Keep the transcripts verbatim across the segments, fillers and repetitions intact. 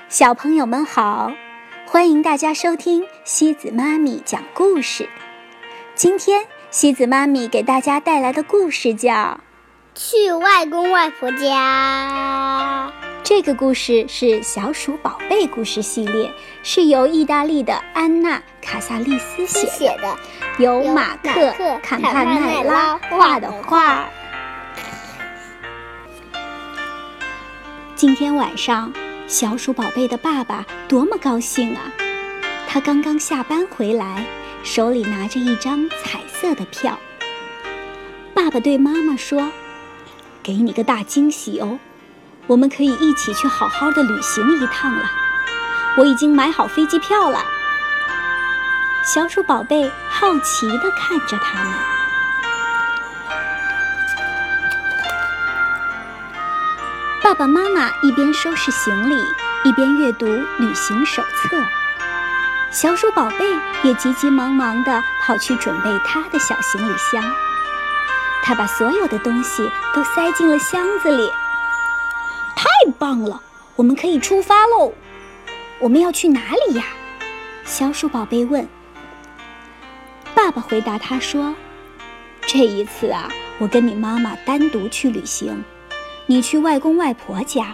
小朋友们好，欢迎大家收听西子妈咪讲故事。今天西子妈咪给大家带来的故事叫去外公外婆家。 这个故事是小鼠宝贝故事系列，是由意大利的安娜·卡萨利斯写 的, 写的由马克·坎帕奈拉画的画。今天晚上小鼠宝贝的爸爸多么高兴啊！他刚刚下班回来，手里拿着一张彩色的票。爸爸对妈妈说：“给你个大惊喜哦，我们可以一起去好好的旅行一趟了。我已经买好飞机票了。”小鼠宝贝好奇地看着他们。爸爸妈妈一边收拾行李，一边阅读旅行手册。小鼠宝贝也急急忙忙地跑去准备他的小行李箱。他把所有的东西都塞进了箱子里。太棒了，我们可以出发喽！我们要去哪里呀？小鼠宝贝问。爸爸回答他说：“这一次啊，我跟你妈妈单独去旅行。你去外公外婆家。”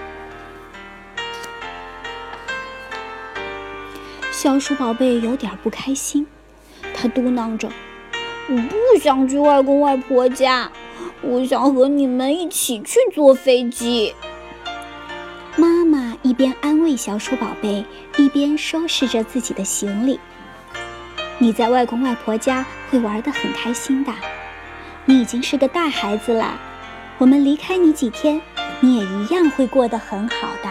小鼠宝贝有点不开心，他嘟囔着：“我不想去外公外婆家，我想和你们一起去坐飞机。”妈妈一边安慰小鼠宝贝，一边收拾着自己的行李。你在外公外婆家会玩得很开心的，你已经是个大孩子了，我们离开你几天，你也一样会过得很好的。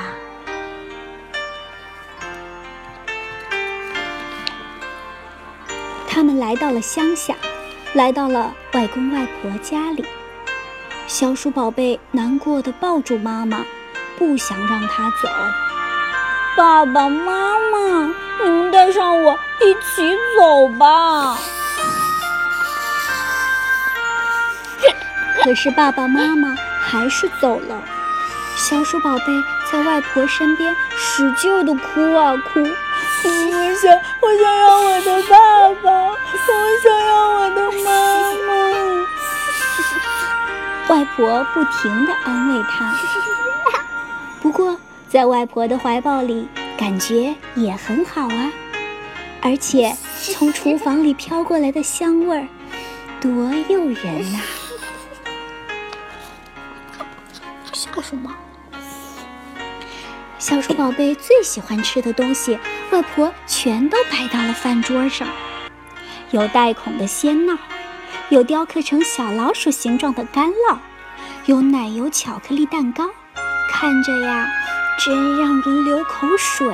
他们来到了乡下，来到了外公外婆家里。小鼠宝贝难过地抱住妈妈，不想让她走。爸爸妈妈，你们带上我一起走吧。可是爸爸妈妈还是走了。小鼠宝贝在外婆身边使劲地哭啊哭，我想我想要我的爸爸，我想要我的妈妈。外婆不停地安慰他，不过在外婆的怀抱里感觉也很好啊，而且从厨房里飘过来的香味儿多诱人呐！笑什么？小鼠宝贝最喜欢吃的东西，外婆全都摆到了饭桌上。有带孔的鲜酪，有雕刻成小老鼠形状的干酪，有奶油巧克力蛋糕，看着呀，真让人流口水。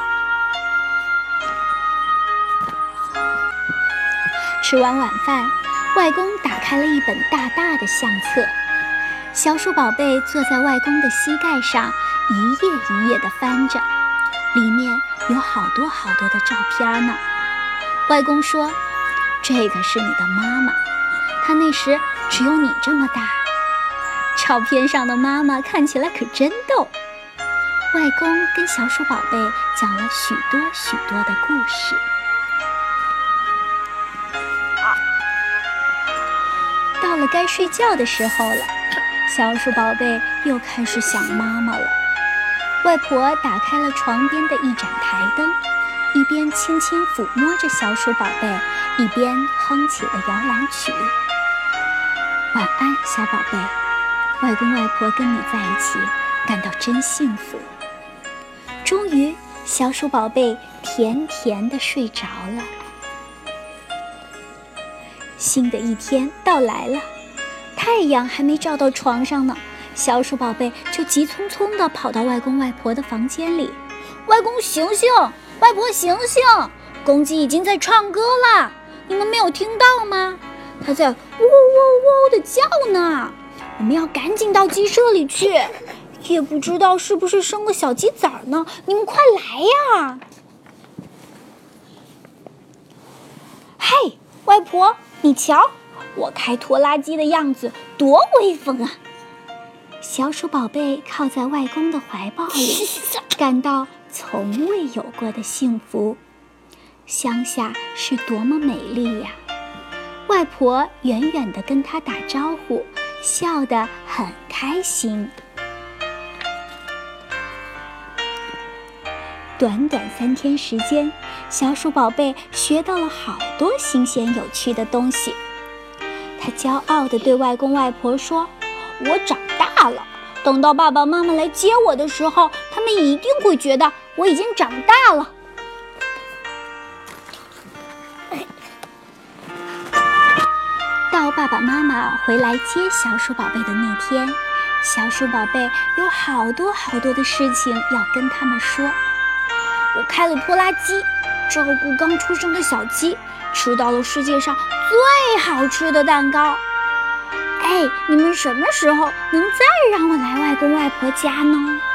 吃完晚饭，外公打开了一本大大的相册。小鼠宝贝坐在外公的膝盖上，一页一页地翻着，里面有好多好多的照片呢。外公说：“这个是你的妈妈，她那时只有你这么大。”照片上的妈妈看起来可真逗。外公跟小鼠宝贝讲了许多许多的故事。到了该睡觉的时候了，小鼠宝贝又开始想妈妈了。外婆打开了床边的一盏台灯，一边轻轻抚摸着小鼠宝贝，一边哼起了摇篮曲。晚安，小宝贝，外公外婆跟你在一起，感到真幸福。终于，小鼠宝贝甜甜地睡着了。新的一天到来了，太阳还没照到床上呢，小鼠宝贝就急匆匆地跑到外公外婆的房间里。外公醒醒，外婆醒醒，公鸡已经在唱歌了，你们没有听到吗？它在喔喔喔地叫呢，我们要赶紧到鸡舍里去，也不知道是不是生了小鸡崽呢，你们快来呀！嘿，外婆，你瞧，我开拖拉机的样子多威风啊！ 小鼠宝贝靠在外公的怀抱里，感到从未有过的幸福。乡下是多么美丽呀！外婆远远地跟他打招呼，笑得很开心。短短三天时间，小鼠宝贝学到了好多新鲜有趣的东西。他骄傲地对外公外婆说：“我长大了，等到爸爸妈妈来接我的时候，他们一定会觉得我已经长大了。”到爸爸妈妈回来接小鼠宝贝的那天，小鼠宝贝有好多好多的事情要跟他们说。我开了拖拉机，照顾刚出生的小鸡，吃到了世界上最好吃的蛋糕。哎，你们什么时候能再让我来外公外婆家呢？